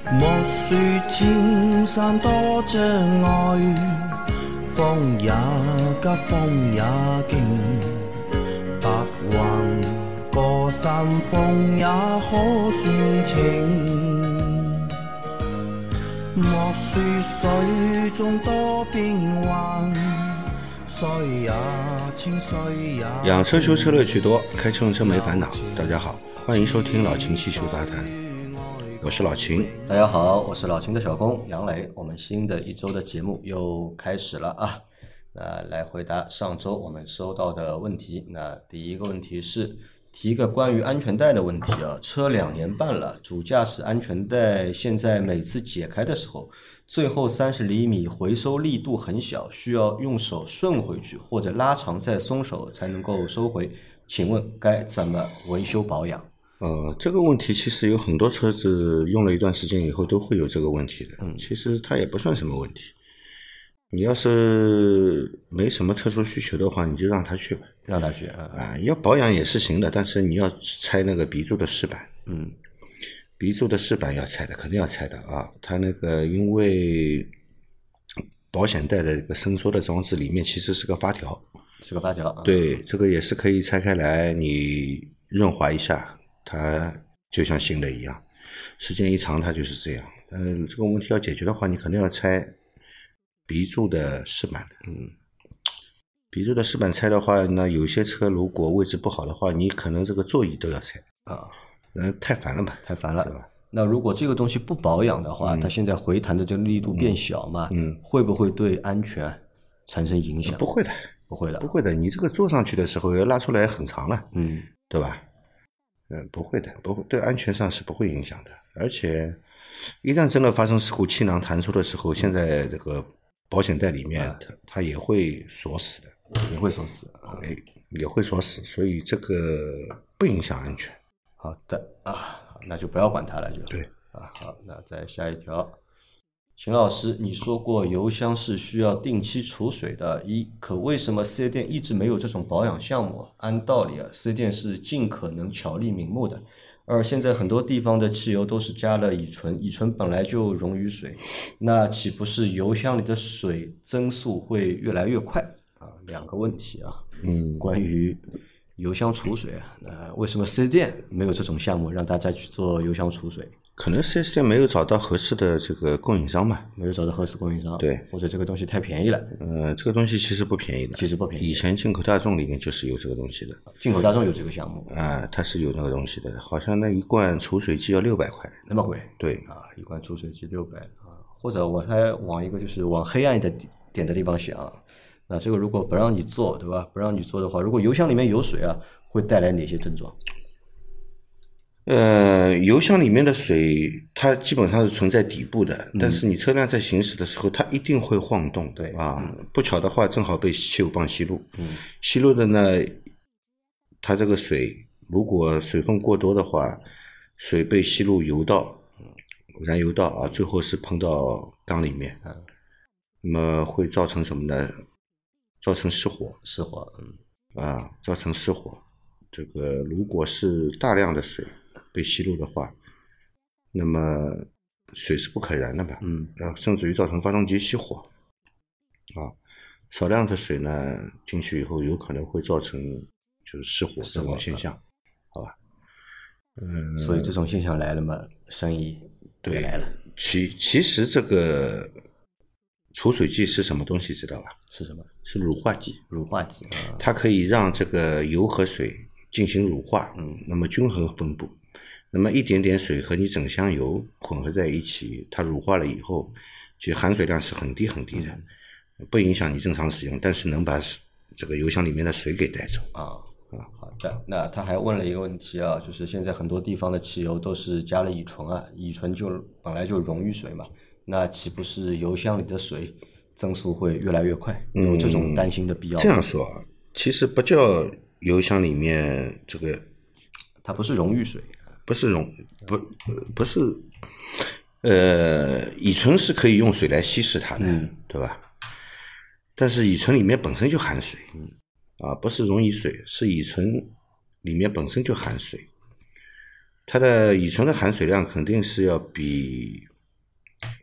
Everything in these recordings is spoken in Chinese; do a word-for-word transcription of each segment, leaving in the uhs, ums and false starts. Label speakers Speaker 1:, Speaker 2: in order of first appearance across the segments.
Speaker 1: 莫說青山多障礙，風也急風也勁，白雲過山峰也可算情。莫說水中多變幻，水也清水也。
Speaker 2: 养车修车乐趣多，开乘用车没烦恼。大家好，欢迎收听老秦汽修杂谈，我是老秦。
Speaker 3: 大家好，我是老秦的小工杨磊。我们新的一周的节目又开始了啊！那来回答上周我们收到的问题。那第一个问题是提一个关于安全带的问题啊，车两年半了，主驾驶安全带现在每次解开的时候，最后三十厘米回收力度很小，需要用手顺回去或者拉长再松手才能够收回。请问该怎么维修保养？
Speaker 2: 呃，这个问题其实有很多车子用了一段时间以后都会有这个问题的。嗯，其实它也不算什么问题。你要是没什么特殊需求的话，你就让他去吧。
Speaker 3: 让他去啊，
Speaker 2: 啊，要保养也是行的，但是你要拆那个鼻柱的饰板。
Speaker 3: 嗯，
Speaker 2: 鼻柱的饰板要拆的，肯定要拆的啊。它那个因为保险带的这个伸缩的装置里面其实是个发条，
Speaker 3: 是个发条。
Speaker 2: 对，这个也是可以拆开来，你润滑一下，它就像新的一样。时间一长，它就是这样。嗯，这个问题要解决的话，你肯定要拆鼻柱的饰板。嗯，鼻柱的饰板拆的话，那有些车如果位置不好的话，你可能这个座椅都要拆
Speaker 3: 啊，
Speaker 2: 嗯，太烦了嘛，
Speaker 3: 太烦了，
Speaker 2: 对吧？
Speaker 3: 那如果这个东西不保养的话，
Speaker 2: 嗯、
Speaker 3: 它现在回弹的这个力度变小嘛，
Speaker 2: 嗯，
Speaker 3: 会不会对安全产生影响？
Speaker 2: 不会的，
Speaker 3: 不会的，
Speaker 2: 不会的。你这个坐上去的时候要拉出来很长了，
Speaker 3: 嗯，
Speaker 2: 对吧？嗯，不会的，不会，对安全上是不会影响的。而且，一旦真的发生事故，气囊弹出的时候，现在这个保险带里面它它也会锁死的，
Speaker 3: 也会锁死，
Speaker 2: 哎，也会锁死，所以这个不影响安全。
Speaker 3: 好的啊，那就不要管它了，就
Speaker 2: 对
Speaker 3: 啊。好，那再下一条。秦老师，你说过油箱是需要定期除水的，一可为什么四 S 店一直没有这种保养项目？按道理啊，四 S 店是尽可能巧立名目的。二，现在很多地方的汽油都是加了乙醇，乙醇本来就溶于水，那岂不是油箱里的水增速会越来越快啊？两个问题啊，
Speaker 2: 嗯，
Speaker 3: 关于油箱除水啊，那为什么四 S 店没有这种项目让大家去做油箱除水？
Speaker 2: 可能四 S 店没有找到合适的这个供应商嘛，
Speaker 3: 没有找到合适供应商，
Speaker 2: 对，
Speaker 3: 或者这个东西太便宜了。
Speaker 2: 呃，这个东西其实不便宜的，
Speaker 3: 其实不便宜。
Speaker 2: 以前进口大众里面就是有这个东西的，
Speaker 3: 进口大众有这个项目
Speaker 2: 啊、呃，它是有那个东西的，好像那一罐除水剂要六百块，
Speaker 3: 那么贵？
Speaker 2: 对
Speaker 3: 啊，一罐除水剂六百啊，或者我还往一个就是往黑暗的点的地方想，那这个如果不让你做，对吧？不让你做的话，如果油箱里面有水啊，会带来哪些症状？
Speaker 2: 呃，油箱里面的水它基本上是存在底部的，嗯、但是你车辆在行驶的时候，它一定会晃动。
Speaker 3: 对
Speaker 2: 啊，
Speaker 3: 嗯、
Speaker 2: 不巧的话，正好被汽油泵吸入。
Speaker 3: 嗯，
Speaker 2: 吸入的呢，它这个水如果水分过多的话，水被吸入油道、燃油道啊，最后是喷到缸里面。
Speaker 3: 嗯，
Speaker 2: 那么会造成什么呢？造成失火。
Speaker 3: 失火，嗯，
Speaker 2: 啊，造成失火。这个如果是大量的水被吸入的话，那么水是不可燃的嘛，
Speaker 3: 嗯，
Speaker 2: 呃，甚至于造成发动机熄火，啊，少量的水呢进去以后，有可能会造成就是失火这种现象，好吧？嗯，
Speaker 3: 所以这种现象来了嘛，生意
Speaker 2: 对
Speaker 3: 来了。
Speaker 2: 其其实这个除水剂是什么东西知道吧？
Speaker 3: 是什么？
Speaker 2: 是乳化剂。
Speaker 3: 乳化剂，啊、
Speaker 2: 它可以让这个油和水进行乳化，嗯，那么均衡分布。那么一点点水和你整箱油混合在一起，它乳化了以后，其实含水量是很低很低的，嗯、不影响你正常使用，但是能把这个油箱里面的水给带走。
Speaker 3: 啊啊，好的。那他还问了一个问题啊，就是现在很多地方的汽油都是加了乙醇啊，乙醇就本来就溶于水嘛，那岂不是油箱里的水增速会越来越快？有这种担心的必要、
Speaker 2: 嗯？这样说啊，其实不叫油箱里面这个，
Speaker 3: 它不是溶于水，
Speaker 2: 不是溶，不不是，呃，乙醇是可以用水来稀释它的，嗯、对吧？但是乙醇里面本身就含水，嗯、啊，不是溶于水，是乙醇里面本身就含水，它的乙醇的含水量肯定是要比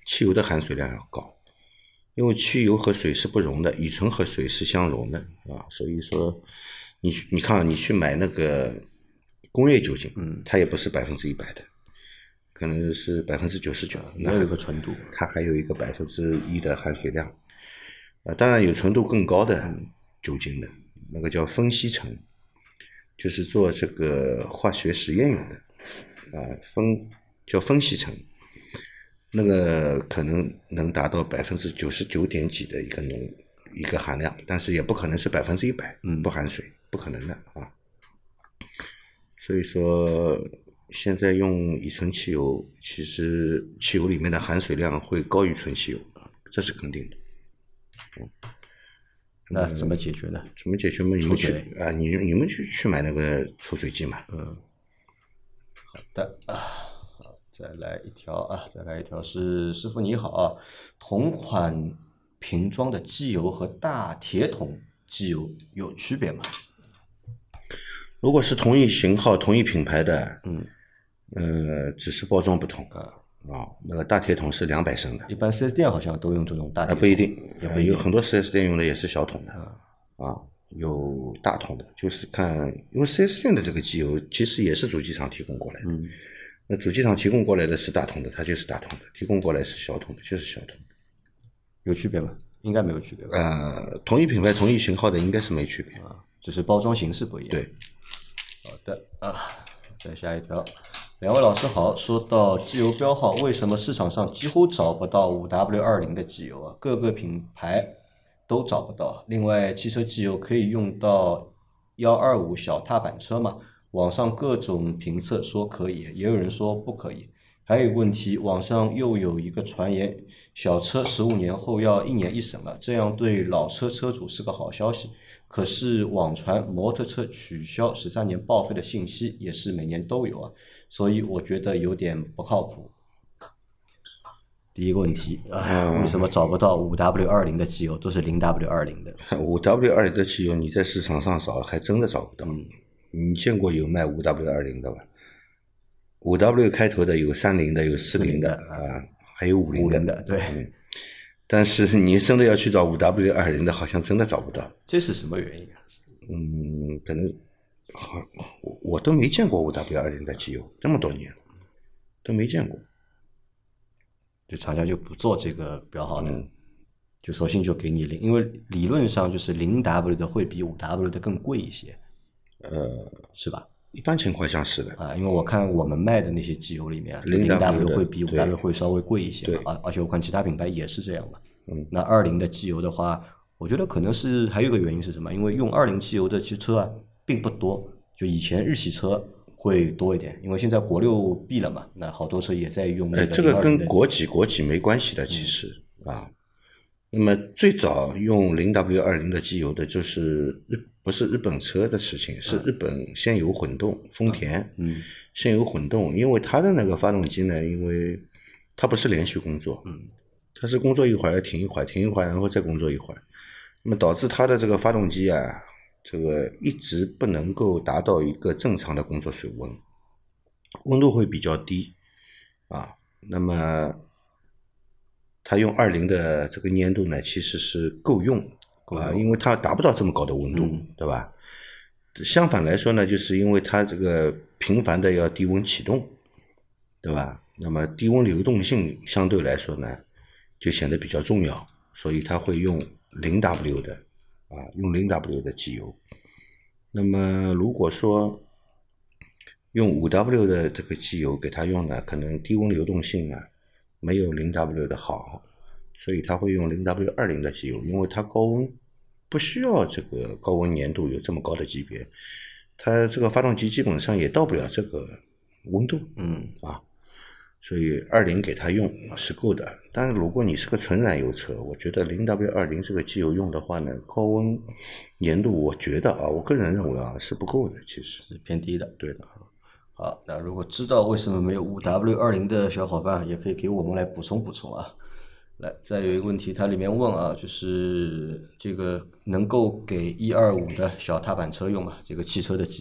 Speaker 2: 汽油的含水量要高，因为汽油和水是不溶的，乙醇和水是相溶的啊，所以说你你看你去买那个工业酒精，嗯，它也不是百分之一百的，可能是百分之九十九，
Speaker 3: 还有一个纯度，
Speaker 2: 它还有一个百分之一的含水量，啊，当然有纯度更高的酒精的，那个叫分析层，就是做这个化学实验用的，啊，分叫分析层，那个可能能达到百分之九十九点几的一个浓一个含量，但是也不可能是百分之一百不含水，不可能的啊。所以说，现在用乙醇汽油，其实汽油里面的含水量会高于纯汽油，这是肯定的。嗯，
Speaker 3: 那怎么解决呢？
Speaker 2: 怎么解决嘛？你们去啊，你你们去去买那个除水剂嘛。
Speaker 3: 嗯，好的啊，再来一条啊，再来一条是师傅你好啊，同款瓶装的机油和大铁桶机油有区别吗？
Speaker 2: 如果是同一型号、同一品牌的，嗯，呃，只是包装不同啊。啊，那个大铁桶是两百升的，
Speaker 3: 一般 四 S 店好像都用这种大铁桶，
Speaker 2: 啊，不一定，呃、有很多 四 S 店用的也是小桶的，啊，有大桶的，就是看，因为 四 S 店的这个机油其实也是主机厂提供过来的，嗯，那主机厂提供过来的是大桶的，它就是大桶的；提供过来是小桶的，就是小桶的。
Speaker 3: 有区别吗？应该没有区别吧。
Speaker 2: 呃，同一品牌、同一型号的应该是没区别
Speaker 3: 啊，只是包装形式不一样。
Speaker 2: 对，
Speaker 3: 好的啊，再下一条。两位老师好，说到机油标号，为什么市场上几乎找不到 五 W 二十 的机油啊？各个品牌都找不到。另外，汽车机油可以用到一二五小踏板车吗？网上各种评测说可以，也有人说不可以。还有一个问题，网上又有一个传言，小车十五年后要一年一审了，这样对老车车主是个好消息。可是网传摩托车取消十三年报废的信息也是每年都有啊，所以我觉得有点不靠谱。第一个问题啊，为什么找不到 五 W 二十 的机油，都是 零 W 二十 的？
Speaker 2: 五 W 二十 的机油你在市场上找还真的找不到，嗯，你见过有卖 五 W 二十 的吧？ 五 W 开头的有三零的，有四零的啊，还有五零的，
Speaker 3: 的对、嗯。
Speaker 2: 但是你真的要去找 五 W 二十 的，好像真的找不到。
Speaker 3: 这是什么原因啊？
Speaker 2: 嗯，可能我我都没见过 五 W 二十 的机油，这么多年都没见过。
Speaker 3: 就厂家就不做这个标号了，
Speaker 2: 嗯，
Speaker 3: 就索性就给你零，因为理论上就是 零 W 的会比 五 W 的更贵一些，
Speaker 2: 呃，
Speaker 3: 是吧？
Speaker 2: 一般情况下是的
Speaker 3: 啊，因为我看我们卖的那些机油里面，零 W 会比五 W 会稍微贵一些嘛，而而且我看其他品牌也是这样嘛。嗯，那二零的机油的话，我觉得可能是还有一个原因是什么？因为用二零机油的汽车啊并不多，就以前日系车会多一点，因为现在国六闭了嘛，那好多车也在用那个。
Speaker 2: 哎，这个跟国几国几没关系的，其实、嗯、啊。那么最早用 零 W 二十 的机油的就是日不是日本车的事情，是日本先油混动，丰田
Speaker 3: 嗯
Speaker 2: 先油混动，因为它的那个发动机呢，因为它不是连续工作，
Speaker 3: 嗯，
Speaker 2: 它是工作一会儿停一会儿，停一会儿然后再工作一会儿，那么导致它的这个发动机啊，这个一直不能够达到一个正常的工作水温，温度会比较低啊，那么它用二零的这个粘度呢，其实是够用啊，因为它达不到这么高的温度，嗯、对吧？相反来说呢，就是因为它这个频繁的要低温启动，对吧？那么低温流动性相对来说呢，就显得比较重要，所以它会用 零 W 的啊，用 零 W 的机油。那么如果说用 五 W 的这个机油给它用呢，可能低温流动性啊没有 零 W 的好，所以它会用 零 W 二十 的机油，因为它高温不需要这个高温粘度有这么高的级别，它这个发动机基本上也到不了这个温度，
Speaker 3: 嗯
Speaker 2: 啊，所以二十给它用是够的。但是如果你是个纯燃油车，我觉得 零 W 二十 这个机油用的话呢，高温粘度我觉得啊，我个人认为啊是不够的，其实
Speaker 3: 是偏低的。
Speaker 2: 对的。
Speaker 3: 好，那如果知道为什么没有 五 W 二十 的小伙伴，也可以给我们来补充补充啊。来，再有一个问题，它里面问啊，就是这个能够给一二五的小踏板车用吗？这个汽车的机油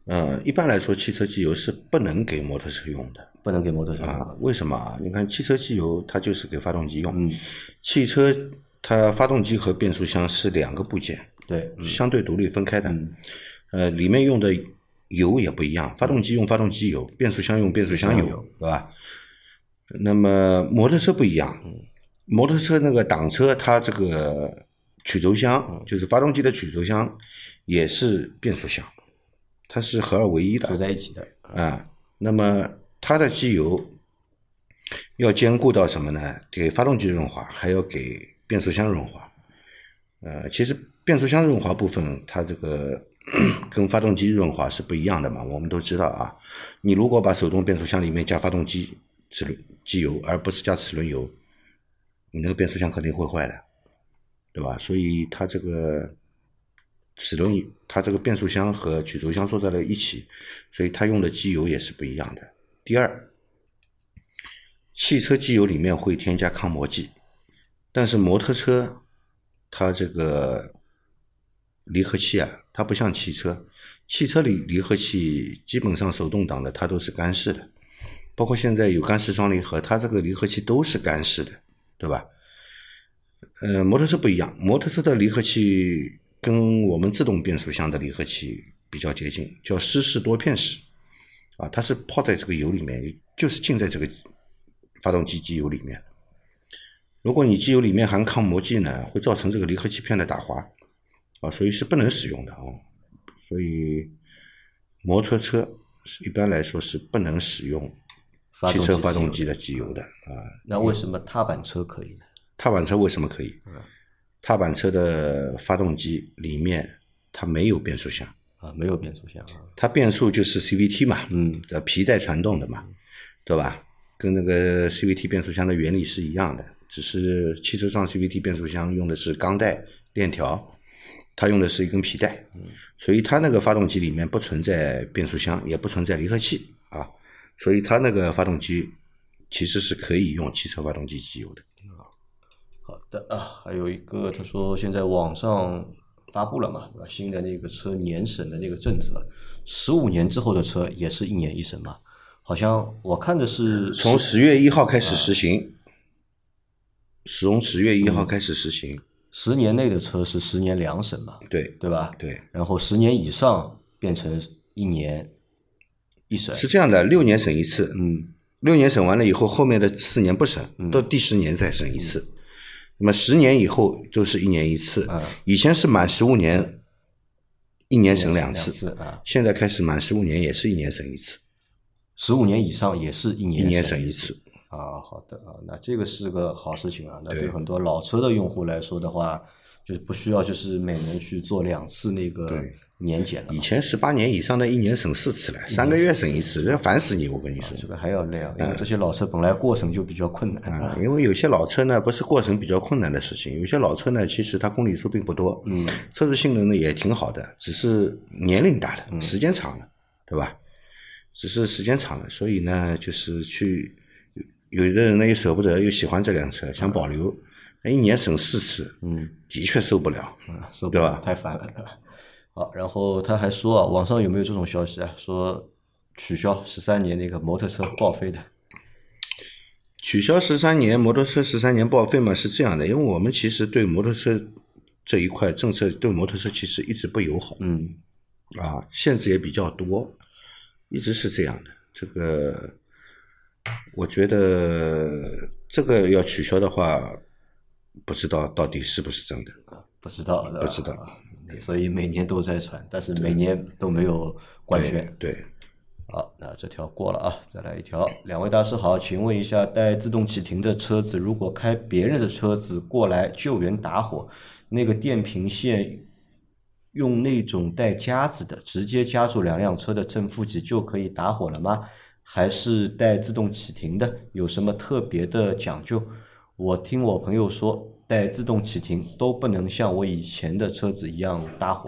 Speaker 2: 呃，一般来说，汽车机油是不能给摩托车用的。
Speaker 3: 不能给摩托车用
Speaker 2: 啊？为什么啊？你看汽车机油，它就是给发动机用。
Speaker 3: 嗯，
Speaker 2: 汽车它发动机和变速箱是两个部件，
Speaker 3: 对，嗯、
Speaker 2: 相对独立分开的。
Speaker 3: 嗯、
Speaker 2: 呃，里面用的油也不一样，发动机用发动机油，变速箱用变速箱油，对吧？那么摩托车不一样，摩托车那个挡车，它这个曲轴箱就是发动机的曲轴箱，也是变速箱，它是合二为一的，
Speaker 3: 合在一起的
Speaker 2: 啊。那么它的机油要兼顾到什么呢？给发动机润滑，还要给变速箱润滑。呃，其实变速箱润滑部分，它这个跟发动机润滑是不一样的嘛，我们都知道啊。你如果把手动变速箱里面加发动机齿轮机油，而不是加齿轮油，你那个变速箱肯定会坏的，对吧？所以它这个齿轮，它这个变速箱和曲轴箱坐在了一起，所以它用的机油也是不一样的。第二，汽车机油里面会添加抗磨剂，但是摩托车它这个离合器啊，它不像汽车，汽车里离合器基本上手动挡的它都是干式的，包括现在有干式双离合，它这个离合器都是干式的，对吧？呃，摩托车不一样，摩托车的离合器跟我们自动变速箱的离合器比较接近，叫湿式多片式啊，它是泡在这个油里面，就是浸在这个发动机机油里面。如果你机油里面含抗磨剂呢，会造成这个离合器片的打滑啊，所以是不能使用的啊。所以摩托车一般来说是不能使用汽车发动机的机油的啊。
Speaker 3: 那为什么踏板车可以呢？
Speaker 2: 踏板车为什么可以？踏板车的发动机里面它没有变速箱
Speaker 3: 啊，没有变速箱啊，
Speaker 2: 它变速就是 C V T 嘛，
Speaker 3: 嗯，
Speaker 2: 皮带传动的嘛，对吧？跟那个 C V T 变速箱的原理是一样的，只是汽车上 C V T 变速箱用的是钢带链条，它用的是一根皮带，所以它那个发动机里面不存在变速箱，也不存在离合器啊，所以它那个发动机其实是可以用汽车发动机机油的。
Speaker 3: 好的啊，还有一个他说现在网上发布了嘛，对吧？新的那个车年审的那个政策，十五年之后的车也是一年一审嘛？好像我看的是
Speaker 2: 从十月一号开始实行，从十月一号开始实行。
Speaker 3: 十年内的车是十年两审嘛？
Speaker 2: 对，
Speaker 3: 对吧？
Speaker 2: 对。
Speaker 3: 然后十年以上变成一年一审。
Speaker 2: 是这样的，六年审一次。
Speaker 3: 嗯。
Speaker 2: 六年审完了以后，后面的四年不审，嗯、到第十年再审一次。嗯、那么十年以后都是一年一次。嗯、以前是满十五年，一年审两次。
Speaker 3: 次啊、
Speaker 2: 现在开始满十五年也是一年审一次。
Speaker 3: 十五年以上也是一年
Speaker 2: 一年审
Speaker 3: 一
Speaker 2: 次
Speaker 3: 啊，好的啊，那这个是个好事情啊。那对很多老车的用户来说的话，就是不需要就是每年去做两次那个年检了。
Speaker 2: 以前十八年以上的一年审四次了，三个月审一次，这烦死你！我跟你说，
Speaker 3: 这个还要累啊，因为这些老车本来过审就比较困难
Speaker 2: 啊。因为有些老车呢，不是过审比较困难的事情，有些老车呢，其实它公里数并不多，嗯，车子性能呢也挺好的，只是年龄大了，时间长了，对吧？只是时间长了，所以呢，就是去有的人呢又舍不得，又喜欢这辆车，想保留，一年审四次，嗯，的确受不了，
Speaker 3: 嗯，受不了，对吧？太烦了。好，然后他还说啊，网上有没有这种消息啊？说取消十三年那个摩托车报废的？
Speaker 2: 取消十三年摩托车十三年报废嘛，是这样的，因为我们其实对摩托车这一块政策对摩托车其实一直不友好，
Speaker 3: 嗯，
Speaker 2: 啊，限制也比较多。一直是这样的，这个我觉得这个要取消的话，不知道到底是不是真的，
Speaker 3: 不知道，
Speaker 2: 不知道，
Speaker 3: 所以每年都在传，但是每年都没有官宣。
Speaker 2: 对，对
Speaker 3: 好，那这条过了啊，再来一条。两位大师好，请问一下，带自动启停的车子，如果开别人的车子过来救援打火，那个电瓶线用那种带夹子的，直接夹住两辆车的正负极就可以打火了吗？还是带自动启停的？有什么特别的讲究？我听我朋友说，带自动启停都不能像我以前的车子一样打火。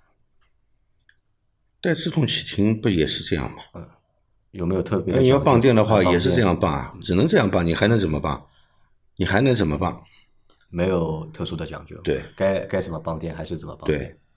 Speaker 2: 带自动启停不也是这样吗？
Speaker 3: 嗯，有没有特别的讲究？
Speaker 2: 你要绑电的话也是这样绑啊，只能这样绑，你还能怎么绑？你还能怎么绑？
Speaker 3: 没有特殊的讲究，
Speaker 2: 对，
Speaker 3: 该该怎么绑电还是怎么绑电。
Speaker 2: 对，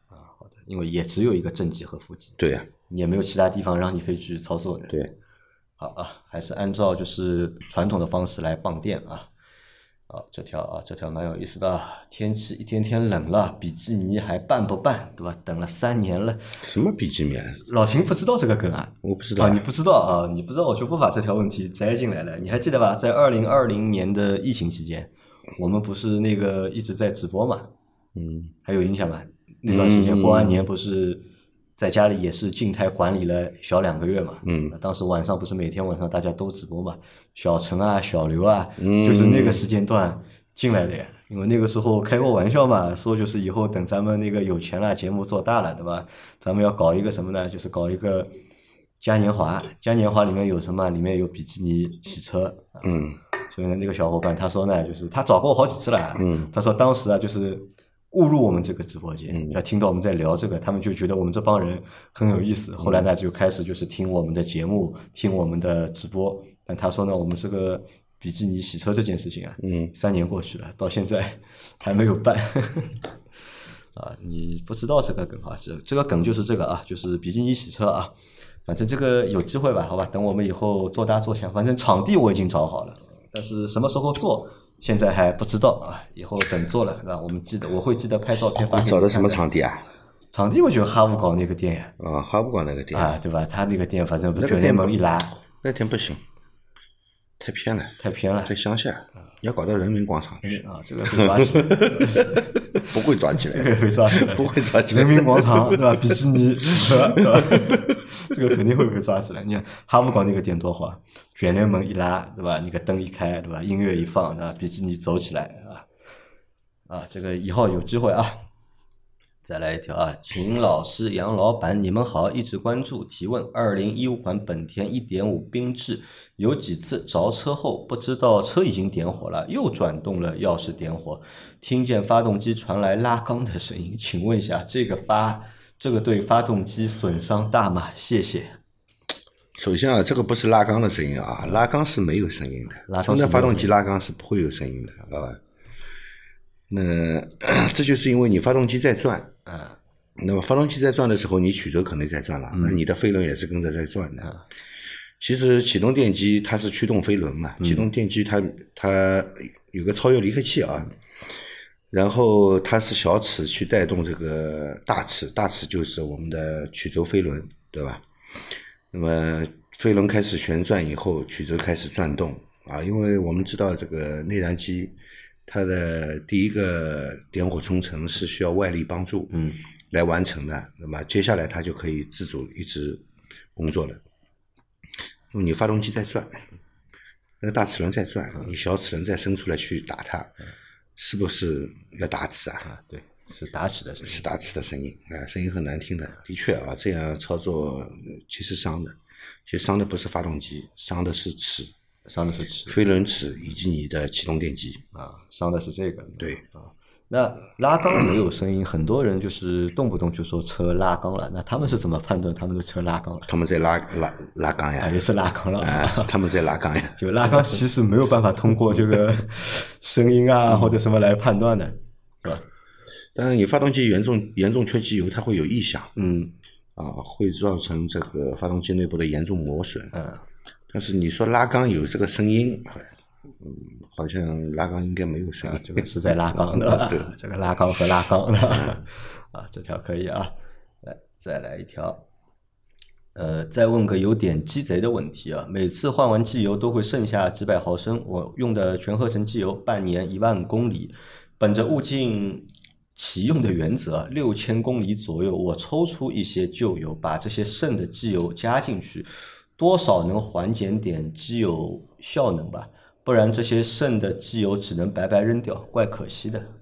Speaker 3: 啊，好的，因为也只有一个正极和负极，
Speaker 2: 对呀、啊，
Speaker 3: 也没有其他地方让你可以去操作的。
Speaker 2: 对，
Speaker 3: 好啊，还是按照就是传统的方式来放电啊。啊，这条啊，这条蛮有意思的。天气一天天冷了，比基尼还办不办，对吧？等了三年了。
Speaker 2: 什么比基尼？
Speaker 3: 老秦不知道这个梗啊？
Speaker 2: 我不知道
Speaker 3: 啊，你不知道啊？你不知道，我就不把这条问题摘进来了。你还记得吧？在二零二零年的疫情期间，我们不是那个一直在直播嘛？
Speaker 2: 嗯，
Speaker 3: 还有印象吧？那段时间过完年不是在家里也是静态管理了小两个月嘛？
Speaker 2: 嗯，
Speaker 3: 当时晚上不是每天晚上大家都直播嘛？小陈啊，小刘啊，嗯、就是那个时间段进来的呀。因为那个时候开过玩笑嘛，说就是以后等咱们那个有钱了，节目做大了，对吧？咱们要搞一个什么呢？就是搞一个嘉年华。嘉年华里面有什么？里面有比基尼洗车。
Speaker 2: 嗯，
Speaker 3: 所以呢，那个小伙伴他说呢，就是他找过我好几次了。
Speaker 2: 嗯，
Speaker 3: 他说当时啊，就是误入我们这个直播间，
Speaker 2: 嗯、
Speaker 3: 要听到我们在聊这个，他们就觉得我们这帮人很有意思。后来呢，就开始就是听我们的节目，听我们的直播。但他说呢，我们这个比基尼洗车这件事情啊，
Speaker 2: 嗯，
Speaker 3: 三年过去了，到现在还没有办。啊，你不知道这个梗啊？这这个梗就是这个啊，就是比基尼洗车啊。反正这个有机会吧，好吧，等我们以后做大做强。反正场地我已经找好了，但是什么时候做，现在还不知道啊。以后等做了，啊，我们记得我会记得拍照片发给你。
Speaker 2: 找的什么场地啊？
Speaker 3: 场地我就哈乌港那个店呀。
Speaker 2: 啊，哈乌港那个店
Speaker 3: 啊，对吧？他那个店反正卷帘门一拉，
Speaker 2: 那天不行，太偏了，
Speaker 3: 太偏了，
Speaker 2: 在乡下，你要搞到人民广场去
Speaker 3: 啊，这个被抓起来，
Speaker 2: 不会抓起来，
Speaker 3: 这个被抓起来，
Speaker 2: 不会抓起来。
Speaker 3: 人民广场对吧？比基尼洗车，对吧？这个肯定会被抓起来。你看哈乌港那个店多好，卷帘门一拉，对吧？你个灯一开，对吧？音乐一放，对吧？比基尼走起来啊啊！这个以后有机会啊。再来一条啊，秦老师、杨老板，你们好，一直关注提问。二零一五款本田 一点五 缤智，有几次着车后不知道车已经点火了，又转动了钥匙点火，听见发动机传来拉缸的声音，请问一下，这个发这个对发动机损伤大吗？谢谢。
Speaker 2: 首先啊，这个不是拉缸的声音啊，拉缸是没有声音的，真的发动机拉缸是不会有声音的，好吧？那这就是因为你发动机在转，
Speaker 3: 啊，
Speaker 2: 那么发动机在转的时候，你曲轴肯定在转了，嗯、那你的飞轮也是跟着在转的。
Speaker 3: 啊、
Speaker 2: 其实启动电机它是驱动飞轮嘛，嗯、启动电机它它有个超越离合器啊，然后它是小齿去带动这个大齿，大齿就是我们的曲轴飞轮，对吧？那么飞轮开始旋转以后，曲轴开始转动啊，因为我们知道这个内燃机。它的第一个点火冲程是需要外力帮助嗯来完成的，那么接下来它就可以自主一直工作了。那么你发动机在转，那个大齿轮在转，你小齿轮再伸出来去打它，是不是要打齿啊？
Speaker 3: 啊，对，是打齿的声音，
Speaker 2: 是打齿的声音啊，声音很难听的。的确啊，这样操作其实伤的，其实伤的不是发动机，伤的是齿。
Speaker 3: 伤的是齿、
Speaker 2: 飞轮齿以及你的启动电机
Speaker 3: 啊，伤的是这个。
Speaker 2: 对
Speaker 3: 啊，那拉缸没有声音，很多人就是动不动就说车拉缸了，那他们是怎么判断他们的车拉缸了？
Speaker 2: 他们在拉拉拉缸呀，
Speaker 3: 啊、也是拉缸了
Speaker 2: 啊，他们在拉缸呀。
Speaker 3: 就拉缸其实没有办法通过这个声音啊或者什么来判断的，是吧？
Speaker 2: 当然，你发动机严重严重缺机油，它会有异响，
Speaker 3: 嗯，
Speaker 2: 啊，会造成这个发动机内部的严重磨损，
Speaker 3: 嗯。
Speaker 2: 但是你说拉缸有这个声音，嗯，好像拉缸应该没有声音，
Speaker 3: 啊、这个是在拉缸的，对，这个拉缸和拉缸的，啊，这条可以啊，来再来一条，呃，再问个有点鸡贼的问题啊，每次换完机油都会剩下几百毫升，我用的全合成机油半年一万公里，本着物尽其用的原则，六千公里左右，我抽出一些旧油，把这些剩的机油加进去。多少能缓减点机油效能吧，不然这些剩的机油只能白白扔掉，怪可惜的。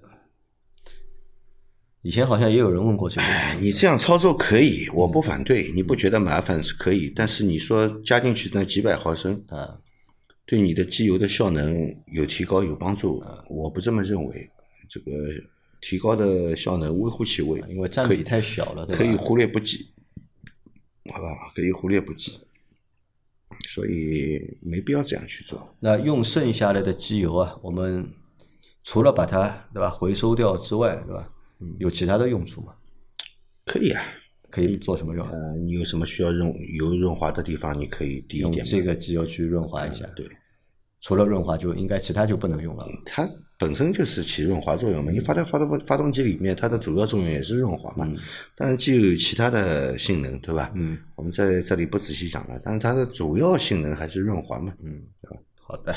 Speaker 3: 以前好像也有人问过这个，
Speaker 2: 你这样操作可以，我不反对，你不觉得麻烦是可以，但是你说加进去那几百毫升啊，对你的机油的效能有提高有帮助，我不这么认为。这个提高的效能微乎其微，
Speaker 3: 因为占比太小了，对吧？
Speaker 2: 可以忽略不计，好吧？可以忽略不计。所以没必要这样去做。
Speaker 3: 那用剩下来的机油啊，我们除了把它对吧回收掉之外，对吧？有其他的用处吗？
Speaker 2: 可以啊，
Speaker 3: 可以做什么润滑？
Speaker 2: 呃，你有什么需要润油润滑的地方，你可以滴一
Speaker 3: 用
Speaker 2: 点。
Speaker 3: 这个机油去润滑一下。
Speaker 2: 嗯、对，
Speaker 3: 除了润滑就应该其他就不能用了。
Speaker 2: 它本身就是起润滑作用嘛，你发在发动发动机里面，它的主要作用也是润滑嘛。
Speaker 3: 嗯、
Speaker 2: 当然既有其他的性能，对吧？
Speaker 3: 嗯，
Speaker 2: 我们在这里不仔细讲了，但是它的主要性能还是润滑嘛。
Speaker 3: 嗯，对吧？好的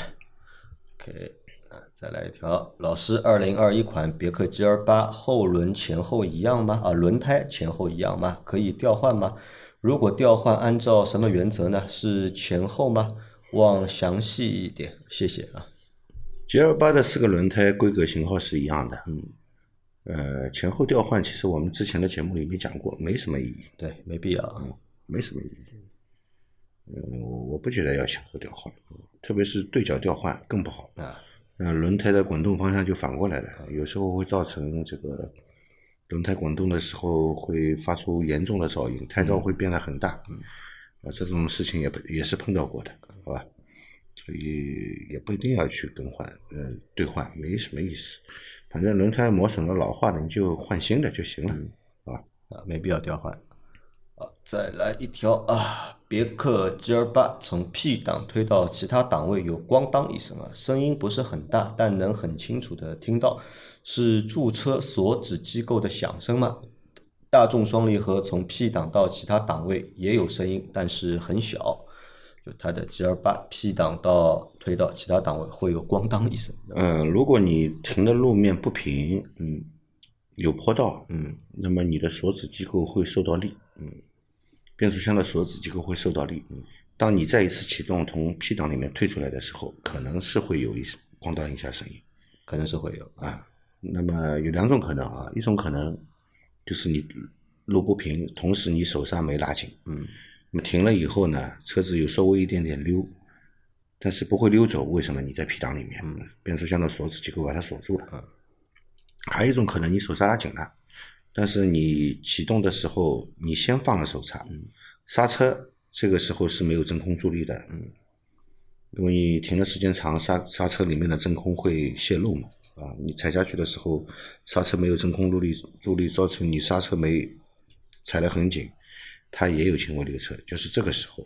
Speaker 3: ，OK。再来一条，老师，二零二一款别克 G L 八后轮前后一样吗？啊，轮胎前后一样吗？可以调换吗？如果调换，按照什么原则呢？是前后吗？望详细一点，谢谢啊。
Speaker 2: G L 八的四个轮胎规格型号是一样的，
Speaker 3: 嗯，
Speaker 2: 呃，前后调换其实我们之前的节目里面讲过，没什么意义。
Speaker 3: 对，没必要，
Speaker 2: 嗯，没什么意义。呃，我不觉得要前后调换，特别是对角调换更不好
Speaker 3: 啊。
Speaker 2: 呃，轮胎的滚动方向就反过来了，有时候会造成这个轮胎滚动的时候会发出严重的噪音，胎噪会变得很大。嗯，啊，这种事情也不也是碰到过的，好吧？所以也不一定要去更换，呃，兑换没什么意思。反正轮胎磨损了、老化了，你就换新的就行了，
Speaker 3: 嗯、
Speaker 2: 好吧？
Speaker 3: 啊，没必要调换。啊，再来一条啊！别克 G L 八从 P 档推到其他档位有咣当一声啊，声音不是很大，但能很清楚的听到，是驻车锁止机构的响声吗？大众双离合从 P 档到其他档位也有声音，但是很小。就它的 G L 八 P 档到推到其他档位会有咣当一声。
Speaker 2: 嗯，如果你停的路面不平，嗯，有坡道，
Speaker 3: 嗯，
Speaker 2: 那么你的锁止机构会受到力，嗯，变速箱的锁止机构会受到力。嗯，当你再一次启动从 P 档里面退出来的时候，可能是会有一咣当一下声音，
Speaker 3: 可能是会有
Speaker 2: 啊。那么有两种可能啊，一种可能就是你路不平，同时你手刹没拉紧，
Speaker 3: 嗯，
Speaker 2: 那么停了以后呢，车子有稍微一点点溜，但是不会溜走，为什么？你在 P 档里面，嗯，变速箱的锁止机构把它锁住了。嗯，还有一种可能，你手刹拉紧了，但是你启动的时候，你先放了手刹，嗯，刹车这个时候是没有真空助力的，嗯，因为你停的时间长，刹刹车里面的真空会泄露嘛，啊，你踩下去的时候，刹车没有真空助力，助力造成你刹车没踩得很紧，它也有轻微溜车，就是这个时候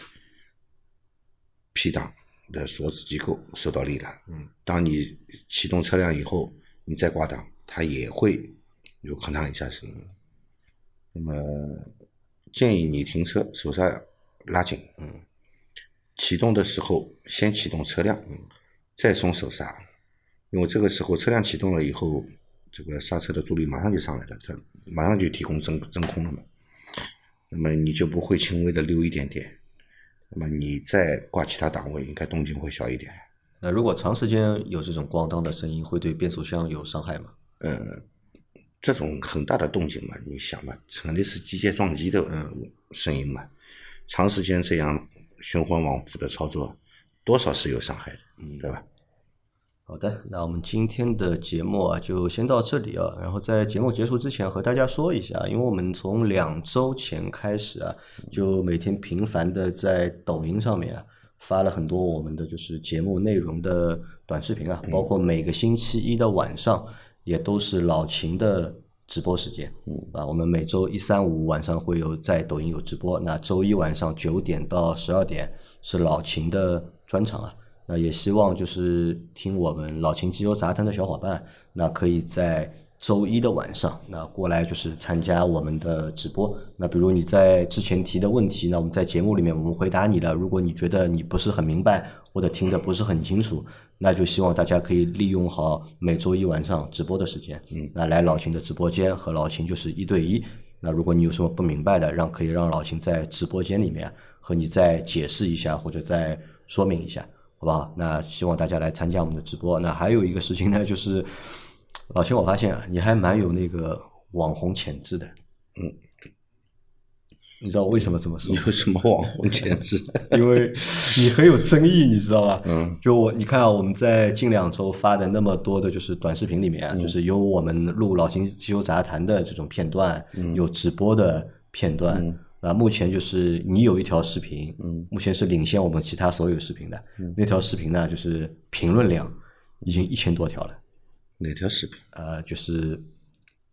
Speaker 2: P 档的锁止机构受到力了，嗯，当你启动车辆以后，你再挂档，它也会有哐当一下声音。那么建议你停车手刹拉紧，嗯，启动的时候先启动车辆，嗯，再松手刹，因为这个时候车辆启动了以后，这个刹车的助力马上就上来了，它马上就提供真真空了嘛，那么你就不会轻微的溜一点点，那么你再挂其他档位，应该动静会小一点。
Speaker 3: 那如果长时间有这种咣当的声音，会对变速箱有伤害吗？
Speaker 2: 呃，这种很大的动静嘛，你想嘛，肯定是机械撞击的声音嘛，长时间这样循环往复的操作，多少是有伤害的，嗯，对吧？
Speaker 3: 好的，那我们今天的节目啊，就先到这里啊。然后在节目结束之前和大家说一下，因为我们从两周前开始啊，就每天频繁的在抖音上面啊发了很多我们的就是节目内容的短视频啊，包括每个星期一的晚上也都是老秦的直播时间啊。我们每周一、三、五晚上会有在抖音有直播，那周一晚上九点到十二点是老秦的专场啊。那也希望就是听我们老秦机油杂谈的小伙伴，那可以在周一的晚上那过来就是参加我们的直播。那比如你在之前提的问题，那我们在节目里面我们回答你了，如果你觉得你不是很明白或者听得不是很清楚，那就希望大家可以利用好每周一晚上直播的时间，嗯，那来老秦的直播间和老秦就是一对一。那如果你有什么不明白的，让可以让老秦在直播间里面和你再解释一下或者再说明一下，好不好？那希望大家来参加我们的直播。那还有一个事情呢，就是老秦，我发现啊，你还蛮有那个网红潜质的。
Speaker 2: 嗯，
Speaker 3: 你知道为什么这么说？
Speaker 2: 有什么网红潜质？
Speaker 3: 因为你很有争议，你知道吧？
Speaker 2: 嗯，
Speaker 3: 就我你看啊，我们在近两周发的那么多的就是短视频里面啊，嗯、就是有我们录老秦机油杂谈的这种片段，嗯、有直播的片段。嗯啊，目前就是你有一条视频，嗯，目前是领先我们其他所有视频的，嗯，那条视频呢，就是评论量已经一千多条了。
Speaker 2: 哪条视频？
Speaker 3: 呃，就是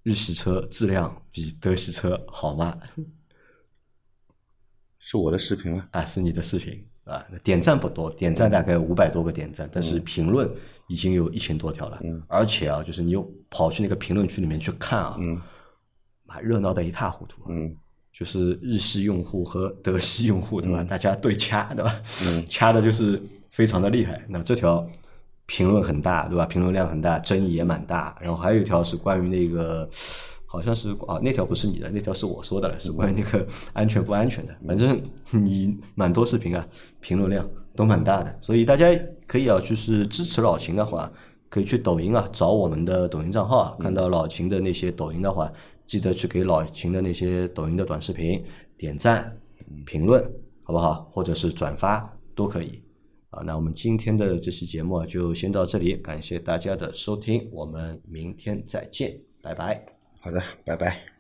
Speaker 3: 日系车质量比德系车好吗？
Speaker 2: 是我的视频吗？
Speaker 3: 啊，是你的视频啊，点赞不多，点赞大概五百多个点赞，但是评论已经有一千多条了。嗯，而且啊，就是你又跑去那个评论区里面去看啊，嗯，妈热闹的一塌糊涂。嗯，就是日系用户和德系用户对吧？嗯、大家对掐对吧？嗯，掐的就是非常的厉害。那这条评论很大对吧？评论量很大，争议也蛮大。然后还有一条是关于那个。好像是啊，那条不是你的，那条是我说的了，是关于那个安全不安全的。反正你蛮多视频啊，评论量都蛮大的，所以大家可以啊，就是支持老秦的话，可以去抖音啊找我们的抖音账号啊，看到老秦的那些抖音的话，记得去给老秦的那些抖音的短视频点赞、评论，好不好？或者是转发都可以。啊，那我们今天的这期节目啊，就先到这里，感谢大家的收听，我们明天再见，拜拜。
Speaker 2: 好的，拜拜。